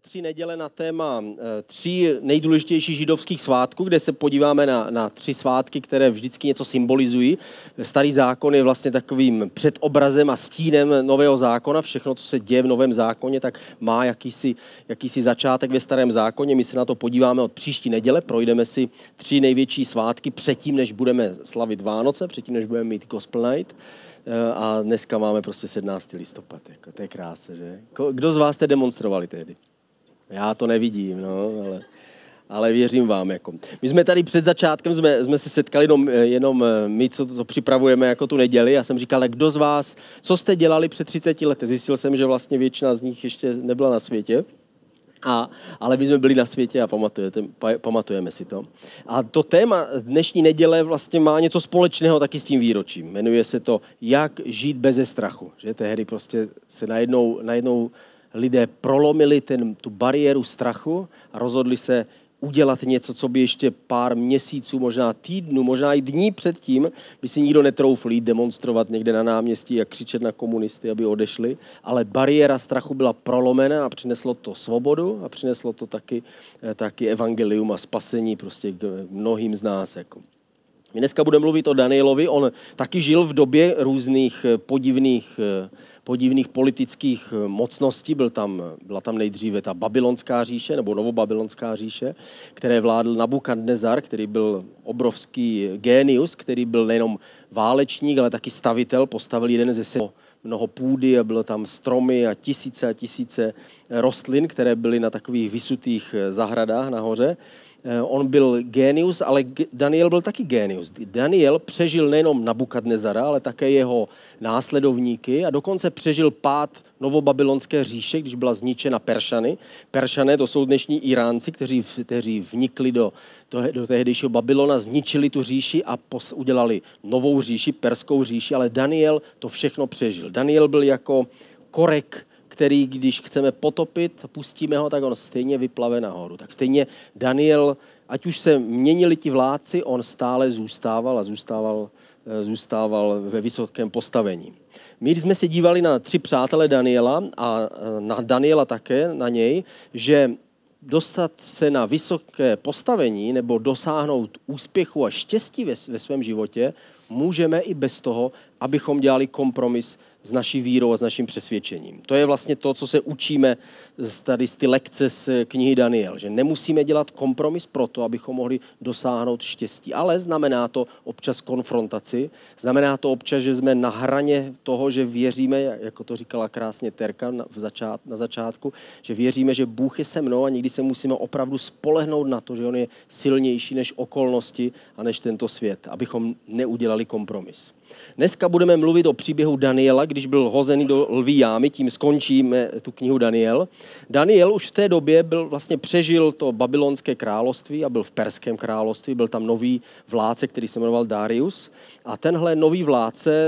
3 neděle na téma 3 nejdůležitějších židovských svátků, kde se podíváme na 3 svátky, které vždycky něco symbolizují. Starý zákon je vlastně takovým předobrazem a stínem nového zákona. Všechno, co se děje v novém zákoně, tak má jakýsi začátek ve starém zákoně. My se na to podíváme od příští neděle, projdeme si 3 největší svátky předtím, než budeme slavit Vánoce, předtím, než budeme mít Gospel Night. A dneska máme prostě 17. listopad. Jako, to je krása, že? Kdo z vás jste demonstrovali tehdy? Já to nevidím, no, ale věřím vám. Jako. My jsme tady před začátkem, jsme se setkali jenom my, co připravujeme jako tu neděli. Já jsem říkal, kdo z vás, co jste dělali před 30 lety? Zjistil jsem, že vlastně většina z nich ještě nebyla na světě. Ale my jsme byli na světě a pamatujeme si to. A to téma dnešní neděle vlastně má něco společného taky s tím výročím. Jmenuje se to Jak žít beze strachu. Že tehdy prostě se najednou lidé prolomili tu bariéru strachu a rozhodli se udělat něco, co by ještě pár měsíců, možná týdnů, možná i dní předtím by si nikdo netroufl jít demonstrovat někde na náměstí a křičet na komunisty, aby odešli, ale bariéra strachu byla prolomena a přineslo to svobodu a přineslo to taky evangelium a spasení prostě k mnohým z nás. Jako. My dneska budeme mluvit o Danielovi, on taky žil v době různých podivných politických mocností. Byla tam nejdříve ta babylonská říše, nebo novobabylonská říše, které vládl Nabukadnezar, který byl obrovský génius, který byl nejenom válečník, ale taky stavitel, postavil jeden ze mnoho půdy a bylo tam stromy a tisíce rostlin, které byly na takových vysutých zahradách nahoře. On byl génius, ale Daniel byl taky génius. Daniel přežil nejenom Nabukadnezara, ale také jeho následovníky a dokonce přežil pád novobabylonské říše, když byla zničena Peršany. Peršané, to jsou dnešní Iránci, kteří vnikli do tehdejšího Babylona, zničili tu říši a udělali novou říši, perskou říši, ale Daniel to všechno přežil. Daniel byl jako korek, který, když chceme potopit, pustíme ho, tak on stejně vyplave nahoru. Tak stejně Daniel, ať už se měnili ti vládci, on stále zůstával ve vysokém postavení. My jsme se dívali na 3 přátele Daniela a na Daniela také, na něj, že dostat se na vysoké postavení nebo dosáhnout úspěchu a štěstí ve svém životě, můžeme i bez toho, abychom dělali kompromis s naší vírou a s naším přesvědčením. To je vlastně to, co se učíme tady z ty lekce z knihy Daniel, že nemusíme dělat kompromis proto, abychom mohli dosáhnout štěstí. Ale znamená to občas konfrontaci, znamená to občas, že jsme na hraně toho, že věříme, jako to říkala krásně Terka na začátku, že věříme, že Bůh je se mnou a někdy se musíme opravdu spolehnout na to, že on je silnější než okolnosti a než tento svět, abychom neudělali kompromis. Dneska budeme mluvit o příběhu Daniela, když byl hozený do lví jámy, tím skončíme tu knihu Daniel. Daniel už v té době přežil to babylonské království a byl v perském království, byl tam nový vládce, který se jmenoval Darius a tenhle nový vládce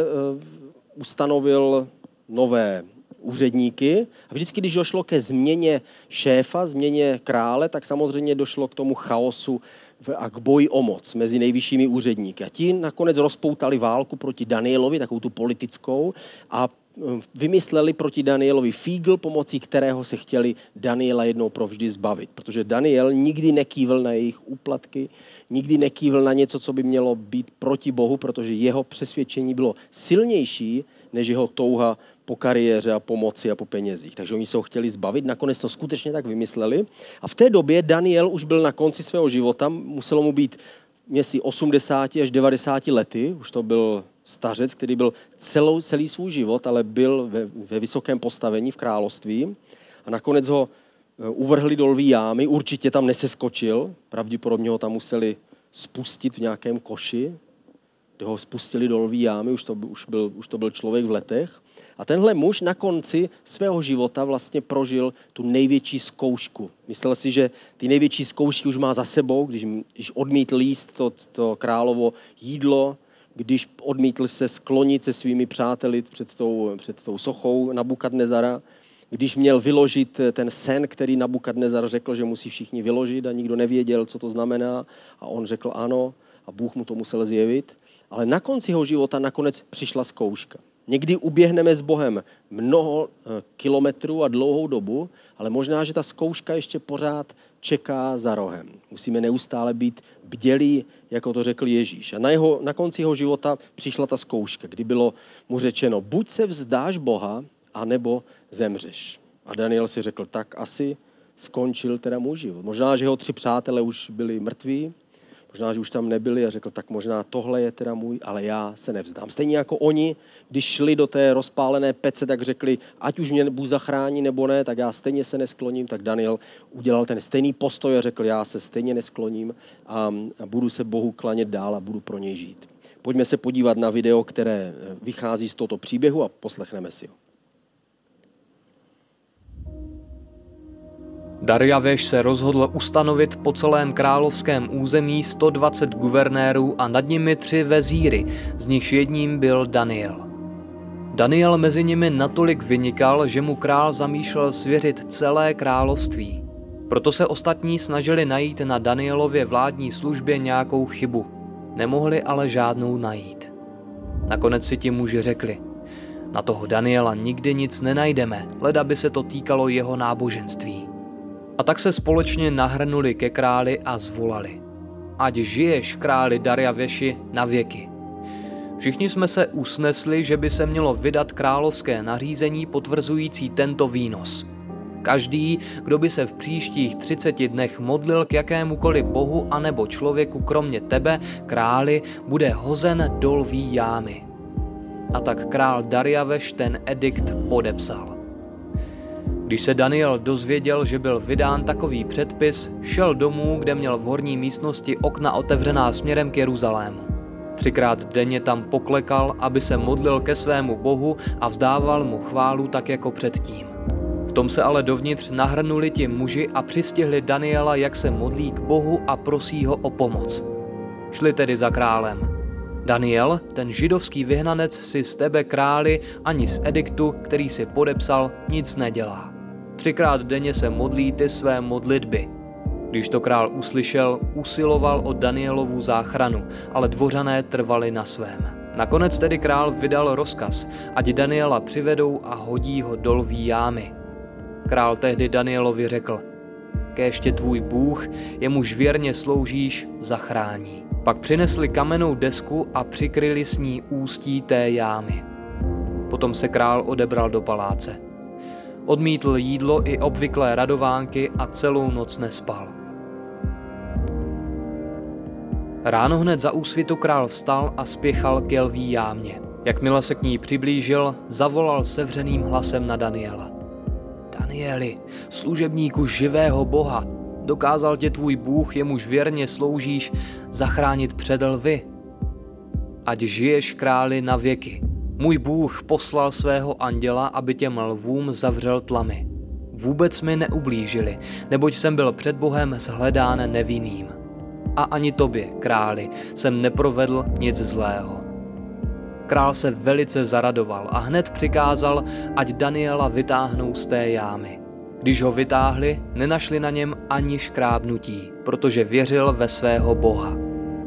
ustanovil nové úředníky a vždycky, když došlo ke změně šéfa, změně krále, tak samozřejmě došlo k tomu chaosu a k boji o moc mezi nejvyššími úředníky. A ti nakonec rozpoutali válku proti Danielovi, takovou tu politickou, a vymysleli proti Danielovi fígl, pomocí kterého se chtěli Daniela jednou provždy zbavit. Protože Daniel nikdy nekývl na jejich úplatky, nikdy nekývl na něco, co by mělo být proti Bohu, protože jeho přesvědčení bylo silnější než jeho touha po kariéře a po moci a po penězích. Takže oni se ho chtěli zbavit, nakonec to skutečně tak vymysleli. A v té době Daniel už byl na konci svého života, muselo mu být měsíc 80 až 90 lety, už to byl stařec, který byl celý svůj život, ale byl ve vysokém postavení v království. A nakonec ho uvrhli do lví jámy, určitě tam neseskočil, pravděpodobně ho tam museli spustit v nějakém koši, kde ho spustili do lví jámy, už to byl člověk v letech. A tenhle muž na konci svého života vlastně prožil tu největší zkoušku. Myslel si, že ty největší zkoušky už má za sebou, když odmítl jíst to královo jídlo, když odmítl se sklonit se svými přáteli před tou sochou Nabukadnezara, když měl vyložit ten sen, který Nabukadnezar řekl, že musí všichni vyložit a nikdo nevěděl, co to znamená. A on řekl ano a Bůh mu to musel zjevit. Ale na konci jeho života nakonec přišla zkouška. Někdy uběhneme s Bohem mnoho kilometrů a dlouhou dobu, ale možná, že ta zkouška ještě pořád čeká za rohem. Musíme neustále být bdělí, jako to řekl Ježíš. A na konci jeho života přišla ta zkouška, kdy bylo mu řečeno, buď se vzdáš Boha, anebo zemřeš. A Daniel si řekl, tak asi skončil teda můj život. Možná, že jeho 3 přátelé už byli mrtví, možná, že už tam nebyli a řekl, tak možná tohle je teda můj, ale já se nevzdám. Stejně jako oni, když šli do té rozpálené pece, tak řekli, ať už mě Bůh zachrání nebo ne, tak já stejně se neskloním, tak Daniel udělal ten stejný postoj a řekl, já se stejně neskloním a budu se Bohu klanět dál a budu pro něj žít. Pojďme se podívat na video, které vychází z tohoto příběhu a poslechneme si ho. Darjaveš se rozhodl ustanovit po celém královském území 120 guvernérů a nad nimi 3 vezíry, z nichž jedním byl Daniel. Daniel mezi nimi natolik vynikal, že mu král zamýšlel svěřit celé království. Proto se ostatní snažili najít na Danielově vládní službě nějakou chybu. Nemohli ale žádnou najít. Nakonec si ti muži řekli, na toho Daniela nikdy nic nenajdeme, leda by se to týkalo jeho náboženství. A tak se společně nahrnuli ke králi a zvolali. Ať žiješ, králi Darjaveši, na věky. Všichni jsme se usnesli, že by se mělo vydat královské nařízení potvrzující tento výnos. Každý, kdo by se v příštích 30 dnech modlil k jakémukoliv bohu anebo člověku kromě tebe, králi, bude hozen do lví jámy. A tak král Darjaveš ten edikt podepsal. Když se Daniel dozvěděl, že byl vydán takový předpis, šel domů, kde měl v horní místnosti okna otevřená směrem k Jeruzalému. 3krát denně tam poklekal, aby se modlil ke svému bohu a vzdával mu chválu tak jako předtím. V tom se ale dovnitř nahrnuli ti muži a přistihli Daniela, jak se modlí k Bohu a prosí ho o pomoc. Šli tedy za králem. Daniel, ten židovský vyhnanec, si z tebe, králi, ani z ediktu, který si podepsal, nic nedělá. 3krát denně se modlí ty své modlitby. Když to král uslyšel, usiloval o Danielovu záchranu, ale dvořané trvali na svém. Nakonec tedy král vydal rozkaz, ať Daniela přivedou a hodí ho do lví jámy. Král tehdy Danielovi řekl, kéště tvůj Bůh, jemuž věrně sloužíš, zachrání. Pak přinesli kamennou desku a přikryli s ní ústí té jámy. Potom se král odebral do paláce. Odmítl jídlo i obvyklé radovánky a celou noc nespal. Ráno hned za úsvitu král vstal a spěchal k lví jámě. Jakmile se k ní přiblížil, zavolal sevřeným hlasem na Daniela. Danieli, služebníku živého Boha, dokázal tě tvůj Bůh, jemuž věrně sloužíš, zachránit před lvy? Ať žiješ, králi, na věky. Můj Bůh poslal svého anděla, aby těm lvům zavřel tlamy. Vůbec mi neublížili, neboť jsem byl před Bohem shledán nevinným. A ani tobě, králi, jsem neprovedl nic zlého. Král se velice zaradoval a hned přikázal, ať Daniela vytáhnou z té jámy. Když ho vytáhli, nenašli na něm ani škrábnutí, protože věřil ve svého Boha.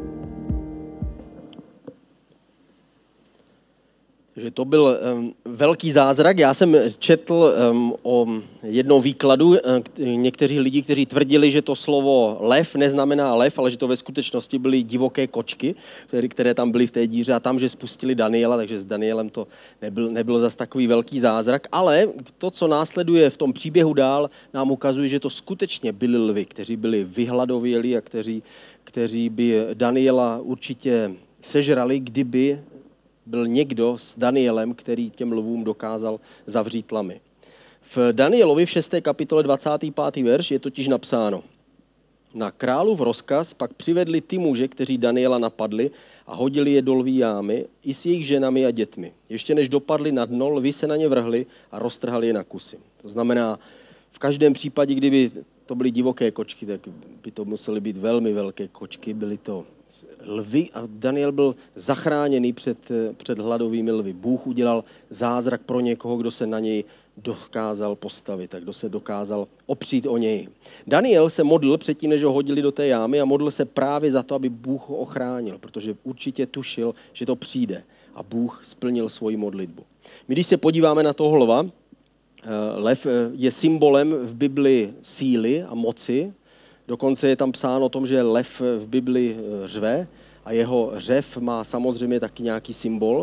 Že to byl velký zázrak. Já jsem četl o jednom výkladu někteří lidi, kteří tvrdili, že to slovo lev neznamená lev, ale že to ve skutečnosti byly divoké kočky, které tam byly v té díře a tam, že spustili Daniela, takže s Danielem to nebyl zas takový velký zázrak, ale to, co následuje v tom příběhu dál, nám ukazuje, že to skutečně byli lvi, kteří byli vyhladověli a kteří by Daniela určitě sežrali, kdyby byl někdo s Danielem, který těm lvům dokázal zavřít tlamy. V Danielovi v 6. kapitole 25. verš je totiž napsáno: Na králův rozkaz pak přivedli ty muže, kteří Daniela napadli a hodili je do lví jámy i s jejich ženami a dětmi. Ještě než dopadli na dno, lvi se na ně vrhli a roztrhali je na kusy. To znamená, v každém případě, kdyby to byly divoké kočky, tak by to musely být velmi velké kočky, byly to lvy a Daniel byl zachráněný před hladovými lvy. Bůh udělal zázrak pro někoho, kdo se na něj dokázal postavit, tak kdo se dokázal opřít o něj. Daniel se modlil předtím, než ho hodili do té jámy a modlil se právě za to, aby Bůh ho ochránil, protože určitě tušil, že to přijde. a Bůh splnil svoji modlitbu. My, když se podíváme na toho lva, lev je symbolem v Bibli síly a moci. Dokonce je tam psáno o tom, že lev v Bibli řve a jeho řev má samozřejmě taky nějaký symbol.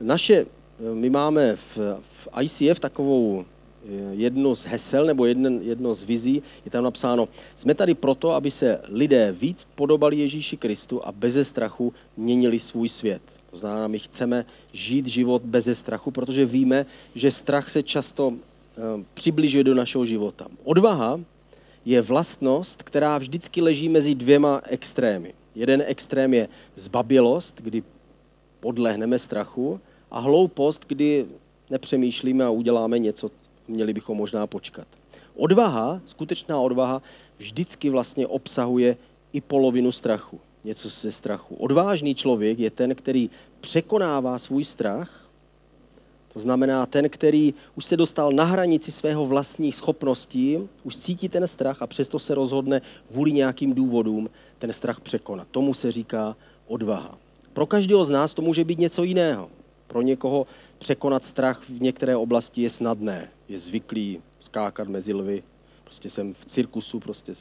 My máme v ICF takovou jedno z hesel nebo jedno z vizí, je tam napsáno, jsme tady proto, aby se lidé víc podobali Ježíši Kristu a beze strachu měnili svůj svět. To znamená, my chceme žít život beze strachu, protože víme, že strach se často přibližuje do našeho života. Odvaha je vlastnost, která vždycky leží mezi dvěma extrémy. Jeden extrém je zbabělost, kdy podlehneme strachu, a hloupost, kdy nepřemýšlíme a uděláme něco, měli bychom možná počkat. Odvaha, skutečná odvaha, vždycky vlastně obsahuje i polovinu strachu. Něco ze strachu. Odvážný člověk je ten, který překonává svůj strach. To znamená ten, který už se dostal na hranici svého vlastních schopností, už cítí ten strach a přesto se rozhodne kvůli nějakým důvodům ten strach překonat. Tomu se říká odvaha. Pro každého z nás to může být něco jiného. Pro někoho překonat strach v některé oblasti je snadné. Je zvyklý skákat mezi lvy. Prostě jsem v cirkusu,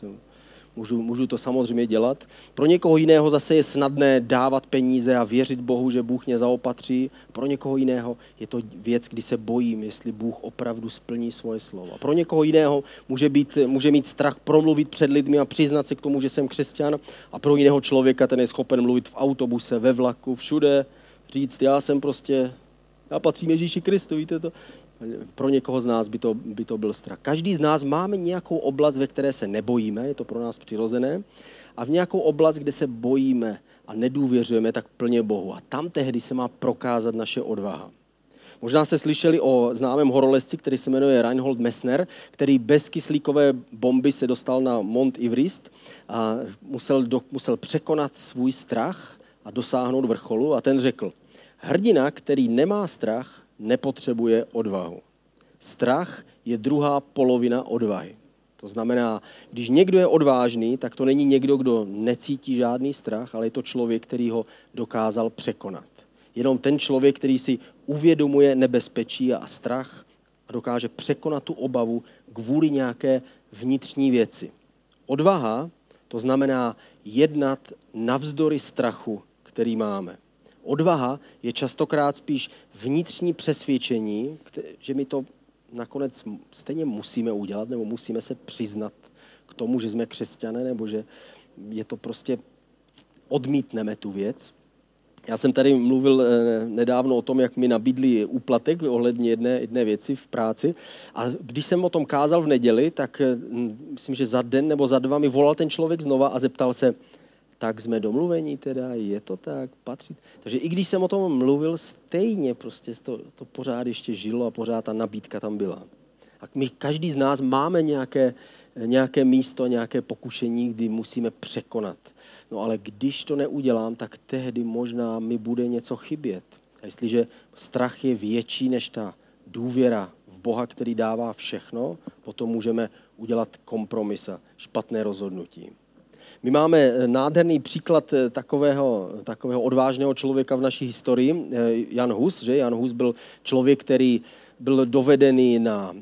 můžu to samozřejmě dělat. Pro někoho jiného zase je snadné dávat peníze a věřit Bohu, že Bůh mě zaopatří. Pro někoho jiného je to věc, kdy se bojím, jestli Bůh opravdu splní svoje slova. Pro někoho jiného může mít strach promluvit před lidmi a přiznat se k tomu, že jsem křesťan. A pro jiného člověka ten je schopen mluvit v autobuse, ve vlaku, všude, říct, já patřím Ježíši Kristu, víte to? Pro někoho z nás by to byl strach. Každý z nás máme nějakou oblast, ve které se nebojíme, je to pro nás přirozené, a v nějakou oblast, kde se bojíme a nedůvěřujeme tak plně Bohu. A tam tehdy se má prokázat naše odvaha. Možná jste slyšeli o známém horolezci, který se jmenuje Reinhold Messner, který bez kyslíkové bomby se dostal na Mont Everest a musel překonat svůj strach a dosáhnout vrcholu. A ten řekl, hrdina, který nemá strach, nepotřebuje odvahu. Strach je druhá polovina odvahy. To znamená, když někdo je odvážný, tak to není někdo, kdo necítí žádný strach, ale je to člověk, který ho dokázal překonat. Jenom ten člověk, který si uvědomuje nebezpečí a strach a dokáže překonat tu obavu kvůli nějaké vnitřní věci. Odvaha, to znamená jednat navzdory strachu, který máme. Odvaha je častokrát spíš vnitřní přesvědčení, že my to nakonec stejně musíme udělat, nebo musíme se přiznat k tomu, že jsme křesťané, nebo že je to prostě odmítneme tu věc. Já jsem tady mluvil nedávno o tom, jak mi nabídli úplatek ohledně jedné věci v práci, a když jsem o tom kázal v neděli, tak myslím, že za den nebo za dva mi volal ten člověk znova a zeptal se, tak jsme domluveni teda, je to tak, patří. Takže i když jsem o tom mluvil, stejně prostě to pořád ještě žilo a pořád ta nabídka tam byla. A my každý z nás máme nějaké místo, nějaké pokušení, kdy musíme překonat. No ale když to neudělám, tak tehdy možná mi bude něco chybět. A jestliže strach je větší než ta důvěra v Boha, který dává všechno, potom můžeme udělat kompromis a špatné rozhodnutí. My máme nádherný příklad takového odvážného člověka v naší historii, Jan Hus. Že? Jan Hus byl člověk, který byl dovedený na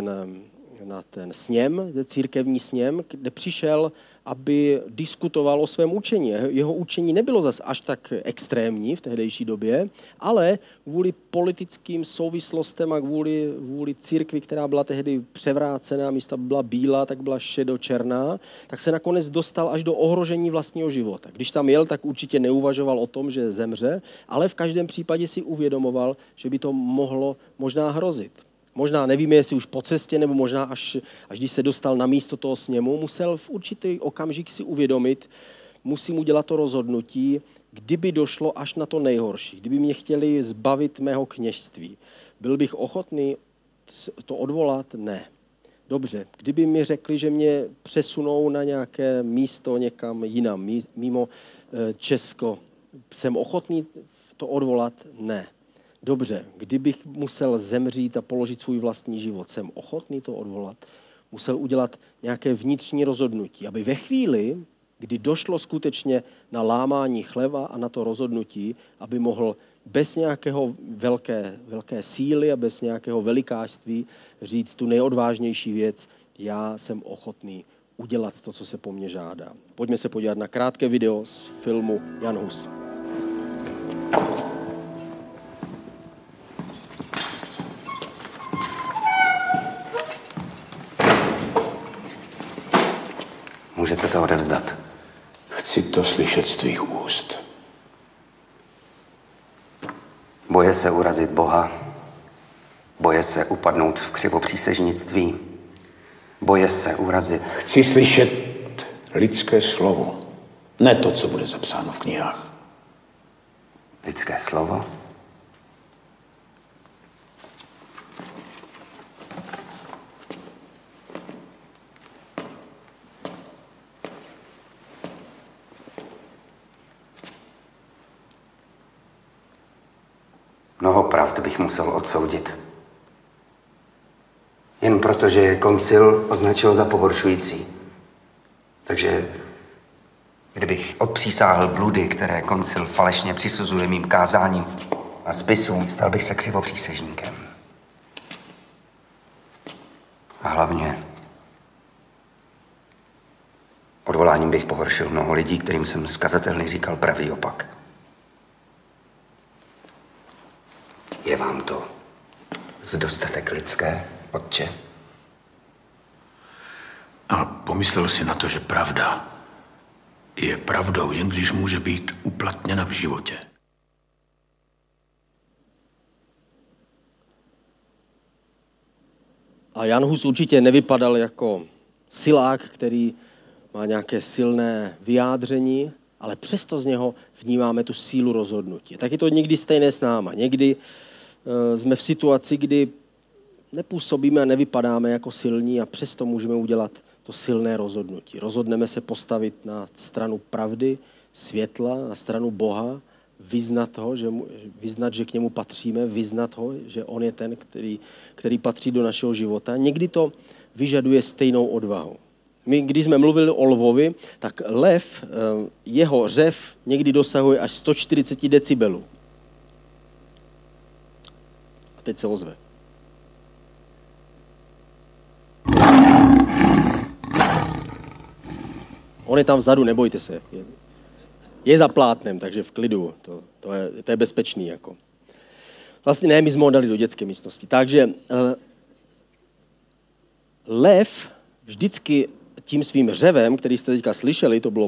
ten sněm, církevní sněm, kde přišel, aby diskutoval o svém učení. Jeho učení nebylo zas až tak extrémní v tehdejší době, ale kvůli politickým souvislostem a kvůli církvi, která byla tehdy převrácená, místo byla bílá, tak byla šedočerná, tak se nakonec dostal až do ohrožení vlastního života. Když tam jel, tak určitě neuvažoval o tom, že zemře, ale v každém případě si uvědomoval, že by to mohlo možná hrozit. Možná nevíme, jestli už po cestě, nebo možná až když se dostal na místo toho sněmu, musel v určitý okamžik si uvědomit, musím udělat to rozhodnutí, kdyby došlo až na to nejhorší, kdyby mě chtěli zbavit mého kněžství. Byl bych ochotný to odvolat? Ne. Dobře, kdyby mi řekli, že mě přesunou na nějaké místo někam jinam, mimo Česko, jsem ochotný to odvolat? Ne. Dobře, kdybych musel zemřít a položit svůj vlastní život, jsem ochotný to odvolat? Musel udělat nějaké vnitřní rozhodnutí, aby ve chvíli, kdy došlo skutečně na lámání chleba a na to rozhodnutí, aby mohl bez nějakého velké síly a bez nějakého velikářství říct tu nejodvážnější věc, já jsem ochotný udělat to, co se po mně žádá. Pojďme se podívat na krátké video z filmu Jan Hus. Můžete to odevzdat. Chci to slyšet z tvých úst. Boje se urazit Boha. Boje se upadnout v křivopřísežnictví. Boje se urazit. Chci slyšet lidské slovo. Ne to, co bude zapsáno v knihách. Lidské slovo? Mnoho pravd bych musel odsoudit. Jen protože je koncil označil za pohoršující. Takže kdybych odpřísáhl bludy, které koncil falešně přisuzuje mým kázáním a spisům, stal bych se křivopřísežníkem. A hlavně odvoláním bych pohoršil mnoho lidí, kterým jsem zkazatelně říkal pravý opak. Je vám to zdostatek lidské, otče? A pomyslel si na to, že pravda je pravdou, jen když může být uplatněna v životě. A Jan Hus určitě nevypadal jako silák, který má nějaké silné vyjádření, ale přesto z něho vnímáme tu sílu rozhodnutí. Tak je to někdy stejné s náma. Někdy jsme v situaci, kdy nepůsobíme a nevypadáme jako silní a přesto můžeme udělat to silné rozhodnutí. Rozhodneme se postavit na stranu pravdy, světla, na stranu Boha, vyznat, že k němu patříme, vyznat ho, že on je ten, který patří do našeho života. Někdy to vyžaduje stejnou odvahu. My, když jsme mluvili o lvovi, tak lev, jeho řev někdy dosahuje až 140 decibelů. A teď se ozve. On je tam vzadu, nebojte se. Je za plátnem, takže v klidu. To je bezpečný. Jako. Vlastně ne, my jsme ho dali do dětské místnosti. Takže lev vždycky tím svým řevem, který jste teďka slyšeli, to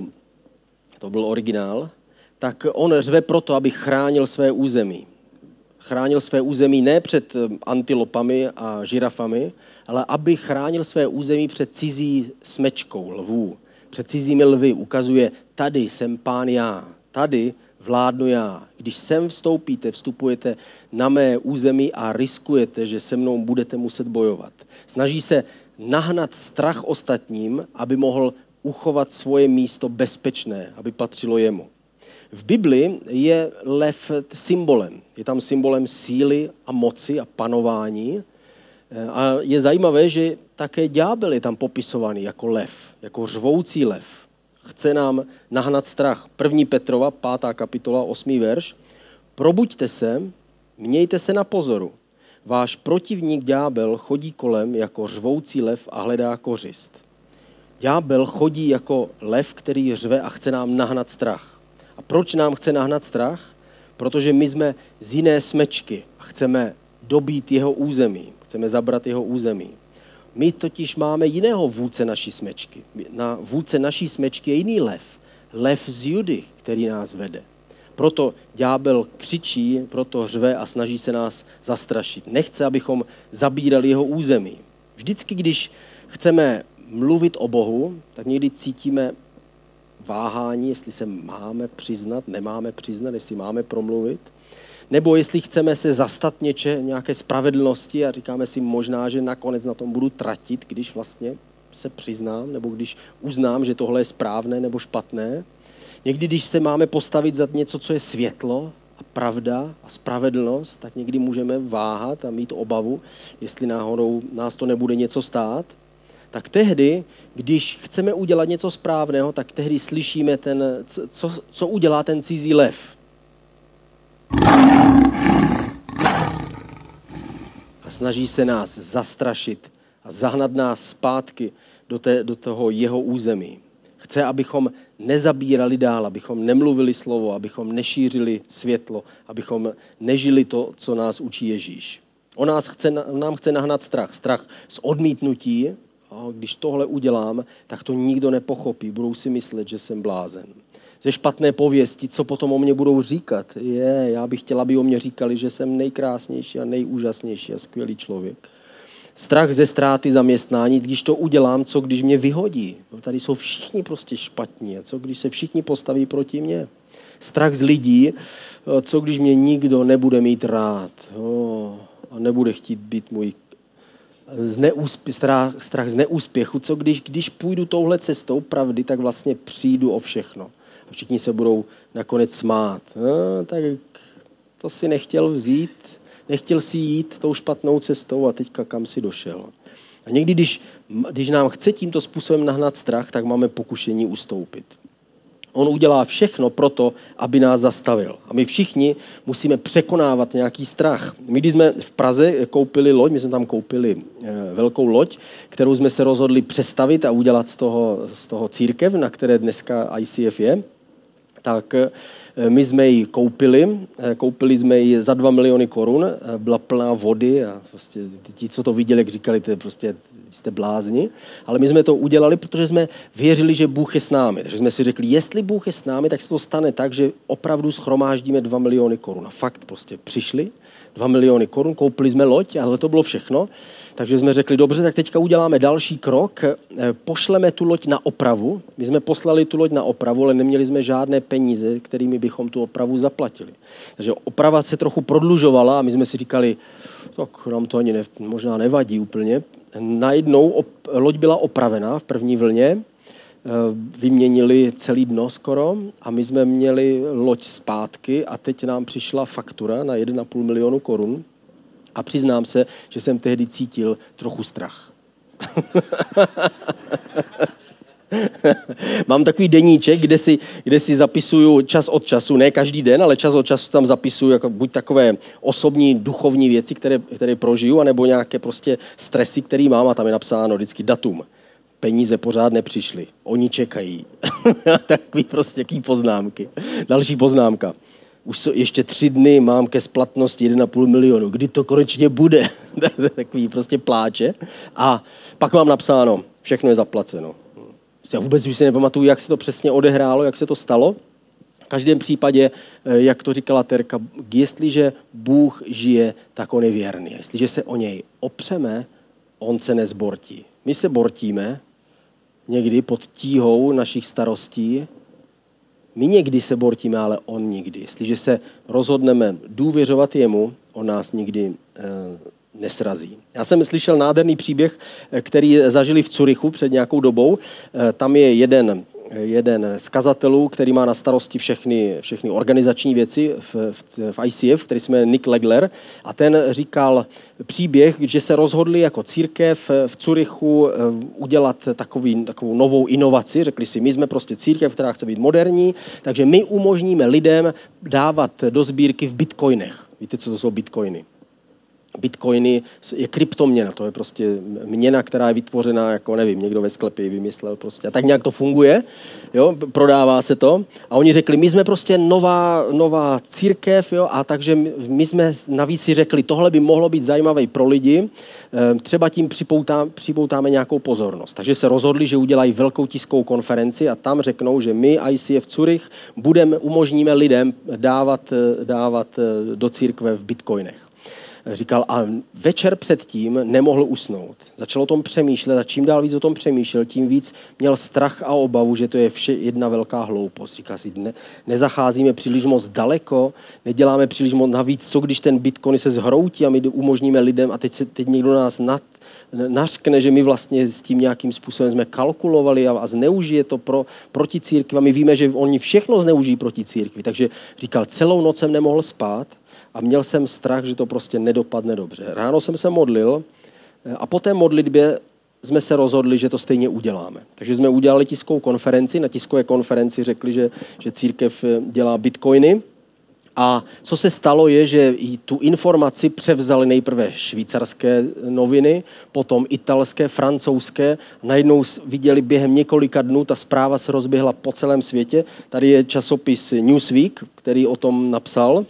byl originál, tak on řve proto, aby chránil své území. Chránil své území ne před antilopami a žirafami, ale aby chránil své území před cizí smečkou lvů. Před cizími lvy ukazuje, tady jsem pán já, tady vládnu já. Když sem vstupujete na mé území a riskujete, že se mnou budete muset bojovat. Snaží se nahnat strach ostatním, aby mohl uchovat svoje místo bezpečné, aby patřilo jemu. V Bibli je lev symbolem. Je tam symbolem síly a moci a panování. A je zajímavé, že také ďábel je tam popisovaný jako lev, jako řvoucí lev. Chce nám nahnat strach. 1. Petrova, 5. kapitola, 8. verš. Probuďte se, mějte se na pozoru. Váš protivník ďábel chodí kolem jako řvoucí lev a hledá kořist. Ďábel chodí jako lev, který řve a chce nám nahnat strach. A proč nám chce nahnat strach? Protože my jsme z jiné smečky a chceme dobít jeho území. Chceme zabrat jeho území. My totiž máme jiného vůdce naší smečky. Na vůdce naší smečky je jiný lev. Lev z Judy, který nás vede. Proto ďábel křičí, proto řve a snaží se nás zastrašit. Nechce, abychom zabírali jeho území. Vždycky, když chceme mluvit o Bohu, tak někdy cítíme váhání, jestli se máme přiznat, nemáme přiznat, jestli máme promluvit. Nebo jestli chceme se zastat nějaké spravedlnosti a říkáme si možná, že nakonec na tom budu tratit, když vlastně se přiznám, nebo když uznám, že tohle je správné nebo špatné. Někdy, když se máme postavit za něco, co je světlo a pravda a spravedlnost, tak někdy můžeme váhat a mít obavu, jestli náhodou nás to nebude něco stát. Tak tehdy, když chceme udělat něco správného, tak tehdy slyšíme co udělá ten cizí lev. snaží se nás zastrašit a zahnat nás zpátky do toho jeho území. Chce, abychom nezabírali dál, abychom nemluvili slovo, abychom nešířili světlo, abychom nežili to, co nás učí Ježíš. On nám chce nahnat strach. Strach z odmítnutí. A když tohle udělám, tak to nikdo nepochopí. Budou si myslet, že jsem blázen. Ze špatné pověsti, co potom o mě budou říkat. Já bych chtěla, aby o mě říkali, že jsem nejkrásnější a nejúžasnější a skvělý člověk. Strach ze ztráty zaměstnání, když to udělám, co když mě vyhodí. No, tady jsou všichni prostě špatní. A co když se všichni postaví proti mně? Strach z lidí, co když mě nikdo nebude mít rád. A nebude chtít být můj strach z neúspěchu. Co když půjdu touhle cestou pravdy, tak vlastně přijdu o všechno. A všichni se budou nakonec smát. Tak to si nechtěl vzít, nechtěl si jít tou špatnou cestou a teďka kam si došel. A někdy, když nám chce tímto způsobem nahnat strach, tak máme pokušení ustoupit. On udělá všechno proto, aby nás zastavil. A my všichni musíme překonávat nějaký strach. My, když jsme v Praze koupili loď, my jsme tam koupili velkou loď, kterou jsme se rozhodli přestavit a udělat z toho církev, na které dneska ICF je, tak my jsme ji koupili jsme ji za 2 miliony korun, byla plná vody a prostě ti, co to viděli, jak říkali, to je prostě, jste blázni, ale my jsme to udělali, protože jsme věřili, že Bůh je s námi. Takže jsme si řekli, jestli Bůh je s námi, tak se to stane tak, že opravdu shromáždíme 2 miliony korun. A fakt prostě přišli 2 miliony korun, koupili jsme loď, ale to bylo všechno. Takže jsme řekli, dobře, tak teďka uděláme další krok, pošleme tu loď na opravu. My jsme poslali tu loď na opravu, ale neměli jsme žádné peníze, kterými bychom tu opravu zaplatili. Takže oprava se trochu prodlužovala a my jsme si říkali, tak nám to ani možná nevadí úplně. Najednou loď byla opravená v první vlně, vyměnili celý dno skoro a my jsme měli loď zpátky a teď nám přišla faktura na 1,5 milionu korun. A přiznám se, že jsem tehdy cítil trochu strach. Mám takový deníček, kde si zapisuju čas od času, ne každý den, ale čas od času tam zapisuju jako buď takové osobní, duchovní věci, které prožiju, anebo nějaké prostě stresy, které mám a tam je napsáno vždycky datum. Peníze pořád nepřišly, oni čekají. Takový prostě poznámky. Další poznámka. Už ještě 3 dny mám ke splatnosti 1,5 milionu. Kdy to konečně bude? Takový prostě pláče. A pak mám napsáno, všechno je zaplaceno. Já vůbec už si nepamatuju, jak se to přesně odehrálo, jak se to stalo. V každém případě, jak to říkala Terka, jestliže Bůh žije, tak on je věrný. Jestliže se o něj opřeme, on se nezbortí. My se bortíme někdy pod tíhou našich starostí. My někdy se bortíme, ale on nikdy. Jestliže se rozhodneme důvěřovat jemu, on nás nikdy nesrazí. Já jsem slyšel nádherný příběh, který zažili v Curychu před nějakou dobou. Tam je jeden z kazatelů, který má na starosti všechny organizační věci v ICF, který se jmenuje Nick Legler, a ten říkal příběh, že se rozhodli jako církev v Curychu udělat takovou novou inovaci. Řekli si, my jsme prostě církev, která chce být moderní, takže my umožníme lidem dávat do sbírky v bitcoinech. Víte, co to jsou bitcoiny? Bitcoiny je kryptoměna, to je prostě měna, která je vytvořená, jako nevím, někdo ve sklepě ji vymyslel prostě. A tak nějak to funguje, jo, prodává se to. A oni řekli, my jsme prostě nová církev, jo, a takže my jsme navíc si řekli, tohle by mohlo být zajímavé pro lidi, třeba tím připoutáme nějakou pozornost. Takže se rozhodli, že udělají velkou tiskovou konferenci a tam řeknou, že my, ICF Curych, umožníme lidem dávat do církve v bitcoinech. Říkal, a večer předtím nemohl usnout. Začal o tom přemýšlet a čím dál víc o tom přemýšlel, tím víc měl strach a obavu, že to je vše jedna velká hloupost. Říkal si, nezacházíme příliš moc daleko, neděláme příliš moc navíc, co když ten bitcoin se zhroutí a my umožníme lidem a teď někdo nás nařkne, že my vlastně s tím nějakým způsobem jsme kalkulovali a zneužije to proti církvi a my víme, že oni všechno zneužijí proti církvi. Takže říkal, celou noc jsem nemohl spát, a měl jsem strach, že to prostě nedopadne dobře. Ráno jsem se modlil a po té modlitbě jsme se rozhodli, že to stejně uděláme. Takže jsme udělali tiskovou konferenci. Na tiskové konferenci řekli, že církev dělá bitcoiny A co se stalo je, že tu informaci převzaly nejprve švýcarské noviny, potom italské, francouzské. Najednou viděli během několika dnů, ta zpráva se rozběhla po celém světě. Tady je časopis Newsweek, který o tom napsal.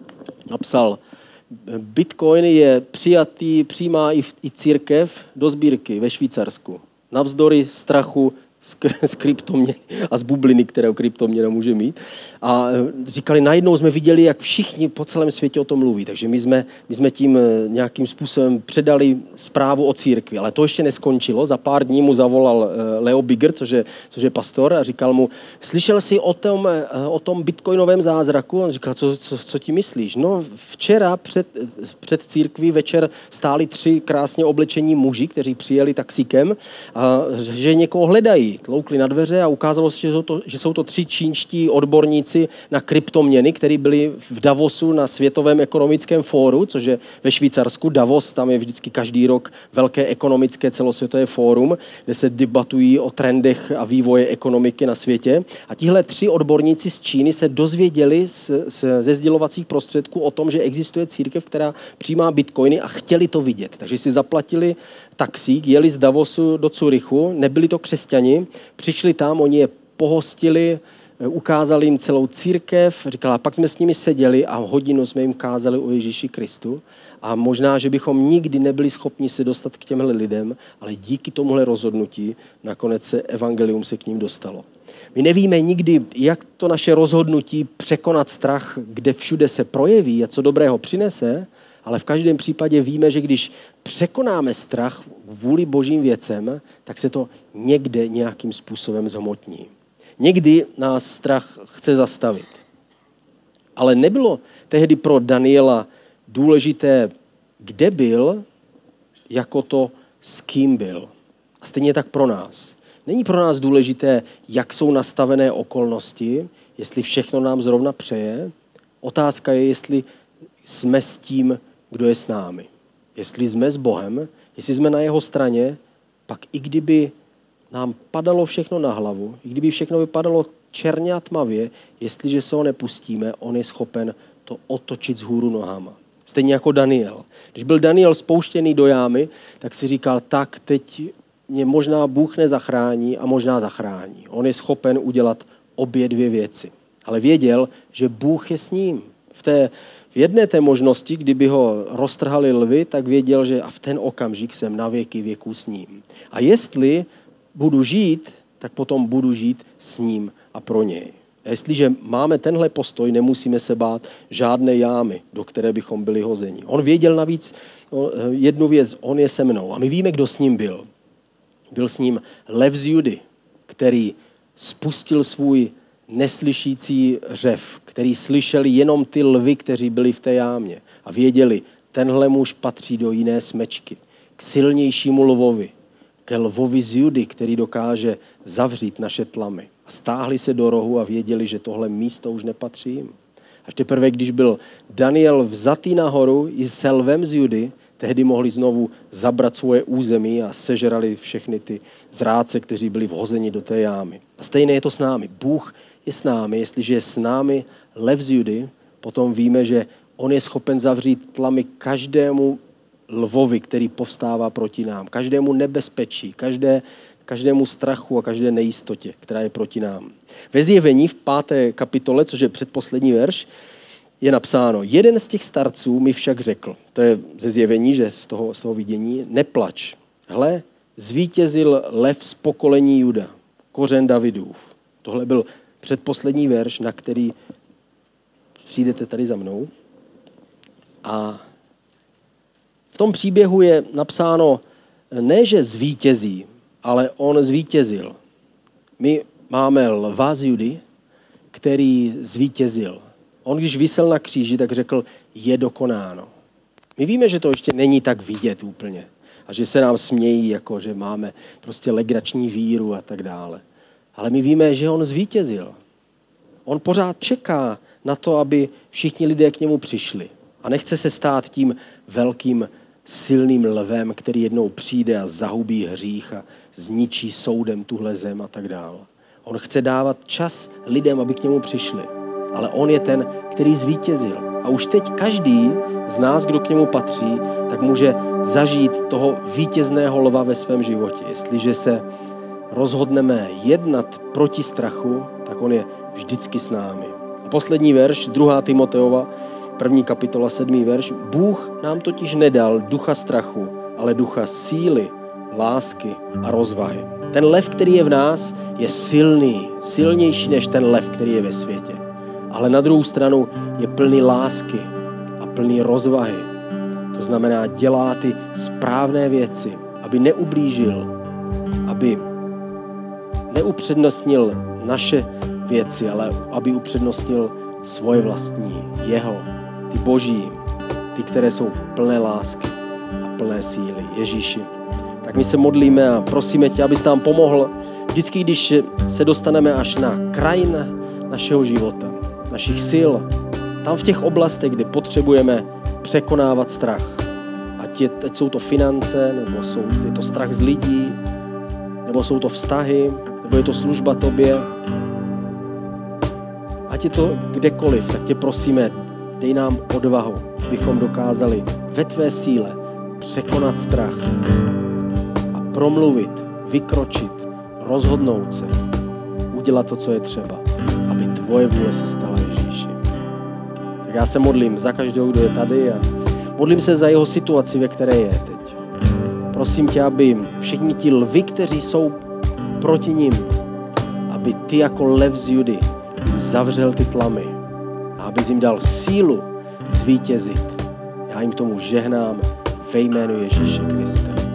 Bitcoin je přijímá i církev do sbírky ve Švýcarsku. Navzdory strachu z kryptoměny a z bubliny, kterou kryptoměna může mít. A říkali, najednou jsme viděli, jak všichni po celém světě o tom mluví. Takže my jsme tím nějakým způsobem předali zprávu o církvi. Ale to ještě neskončilo. Za pár dní mu zavolal Leo Bigger, což je pastor, a říkal mu, slyšel jsi o tom bitcoinovém zázraku? On říkal, co ti myslíš? No, včera před církví večer stáli 3 krásně oblečení muži, kteří přijeli taxíkem, a že někoho hledají. Tloukli na dveře a ukázalo se, že jsou to 3 čínští odborníci na kryptoměny, kteří byli v Davosu na Světovém ekonomickém fóru, což je ve Švýcarsku. Davos, tam je vždycky každý rok velké ekonomické celosvětové fórum, kde se debatují o trendech a vývoje ekonomiky na světě. A tihle 3 odborníci z Číny se dozvěděli ze sdělovacích prostředků o tom, že existuje církev, která přijímá bitcoiny, a chtěli to vidět. Takže si zaplatili taxík, jeli z Davosu do Curychu, nebyli to křesťani, přišli tam, oni je pohostili, ukázali jim celou církev, říkala, pak jsme s nimi seděli a hodinu jsme jim kázali o Ježíši Kristu a možná, že bychom nikdy nebyli schopni se dostat k těmhle lidem, ale díky tomuhle rozhodnutí nakonec se evangelium se k ním dostalo. My nevíme nikdy, jak to naše rozhodnutí překonat strach, kde všude se projeví a co dobrého přinese, ale v každém případě víme, že když překonáme strach kvůli božím věcem, tak se to někde nějakým způsobem zhmotní. Někdy nás strach chce zastavit. Ale nebylo tehdy pro Daniela důležité, kde byl, jako to, s kým byl. A stejně tak pro nás. Není pro nás důležité, jak jsou nastavené okolnosti, jestli všechno nám zrovna přeje. Otázka je, jestli jsme s tím, kdo je s námi. Jestli jsme s Bohem, jestli jsme na jeho straně, pak i kdyby nám padalo všechno na hlavu, i kdyby všechno vypadalo černě a tmavě, jestliže se ho nepustíme, on je schopen to otočit vzhůru nohama. Stejně jako Daniel. Když byl Daniel spouštěný do jámy, tak si říkal, tak teď mě možná Bůh nezachrání a možná zachrání. On je schopen udělat obě dvě věci. Ale věděl, že Bůh je s ním. V jedné té možnosti, kdyby ho roztrhali lvy, tak věděl, že a v ten okamžik jsem na věky věků s ním. A jestli budu žít, tak potom budu žít s ním a pro něj. A jestliže máme tenhle postoj, nemusíme se bát žádné jámy, do které bychom byli hozeni. On věděl navíc jednu věc, on je se mnou. A my víme, kdo s ním byl. Byl s ním lev z Judy, který spustil svůj neslyšící řev, který slyšeli jenom ty lvy, kteří byli v té jámě. A věděli, tenhle muž patří do jiné smečky, k silnějšímu lvovi, ke lvovi z Judy, který dokáže zavřít naše tlamy. A stáhli se do rohu a věděli, že tohle místo už nepatří jim. Až teprve, když byl Daniel vzatý nahoru i s lvem z Judy, tehdy mohli znovu zabrat svoje území a sežrali všechny ty zrádce, kteří byli vhozeni do té jámy. A stejné je to s námi. Bůh je s námi, jestliže je s námi lev z Judy, potom víme, že on je schopen zavřít tlamy každému lvovi, který povstává proti nám, každému nebezpečí, každému strachu a každé nejistotě, která je proti nám. Ve Zjevení v 5. kapitole, což je předposlední verš, je napsáno, jeden z těch starců mi však řekl, to je ze Zjevení, že z toho vidění, neplač. Hle, zvítězil lev z pokolení Juda, kořen Davidův. Tohle byl předposlední verš, na který přijdete tady za mnou. A v tom příběhu je napsáno, ne, že zvítězí, ale on zvítězil. My máme lva z Judy, který zvítězil. On, když visel na kříži, tak řekl, je dokonáno. My víme, že to ještě není tak vidět úplně. A že se nám smějí, jako že máme prostě legrační víru a tak dále. Ale my víme, že on zvítězil. On pořád čeká na to, aby všichni lidé k němu přišli. A nechce se stát tím velkým silným lvem, který jednou přijde a zahubí hřích a zničí soudem tuhle zem a tak dále. On chce dávat čas lidem, aby k němu přišli. ale on je ten, který zvítězil. A už teď každý z nás, kdo k němu patří, tak může zažít toho vítězného lva ve svém životě. Jestliže se rozhodneme jednat proti strachu, tak on je vždycky s námi. A poslední verš, 2. Timoteova, 1. kapitola, 7. verš. Bůh nám totiž nedal ducha strachu, ale ducha síly, lásky a rozvahy. Ten lev, který je v nás, je silný, silnější než ten lev, který je ve světě. Ale na druhou stranu je plný lásky a plný rozvahy. To znamená, dělá ty správné věci, aby neublížil, aby neupřednostnil naše věci, ale aby upřednostnil svoje vlastní, jeho, ty boží, ty, které jsou plné lásky a plné síly. Ježíši, tak my se modlíme a prosíme tě, abys nám pomohl vždycky, když se dostaneme až na kraj našeho života, našich sil, tam v těch oblastech, kde potřebujeme překonávat strach. Ať jsou to finance, nebo je to strach z lidí, nebo jsou to vztahy, nebo je to služba tobě. Ať je to kdekoliv, tak tě prosíme, dej nám odvahu, abychom dokázali ve tvé síle překonat strach a promluvit, vykročit, rozhodnout se, udělat to, co je třeba, aby tvoje vůle se stala, Ježíši. Tak já se modlím za každého, kdo je tady a modlím se za jeho situaci, ve které je teď. Prosím tě, aby všichni ti lvi, kteří jsou proti ním, aby ty jako lev z Judy jim zavřel ty tlamy a aby jim dal sílu zvítězit. Já jim tomu žehnám ve jménu Ježíše Krista.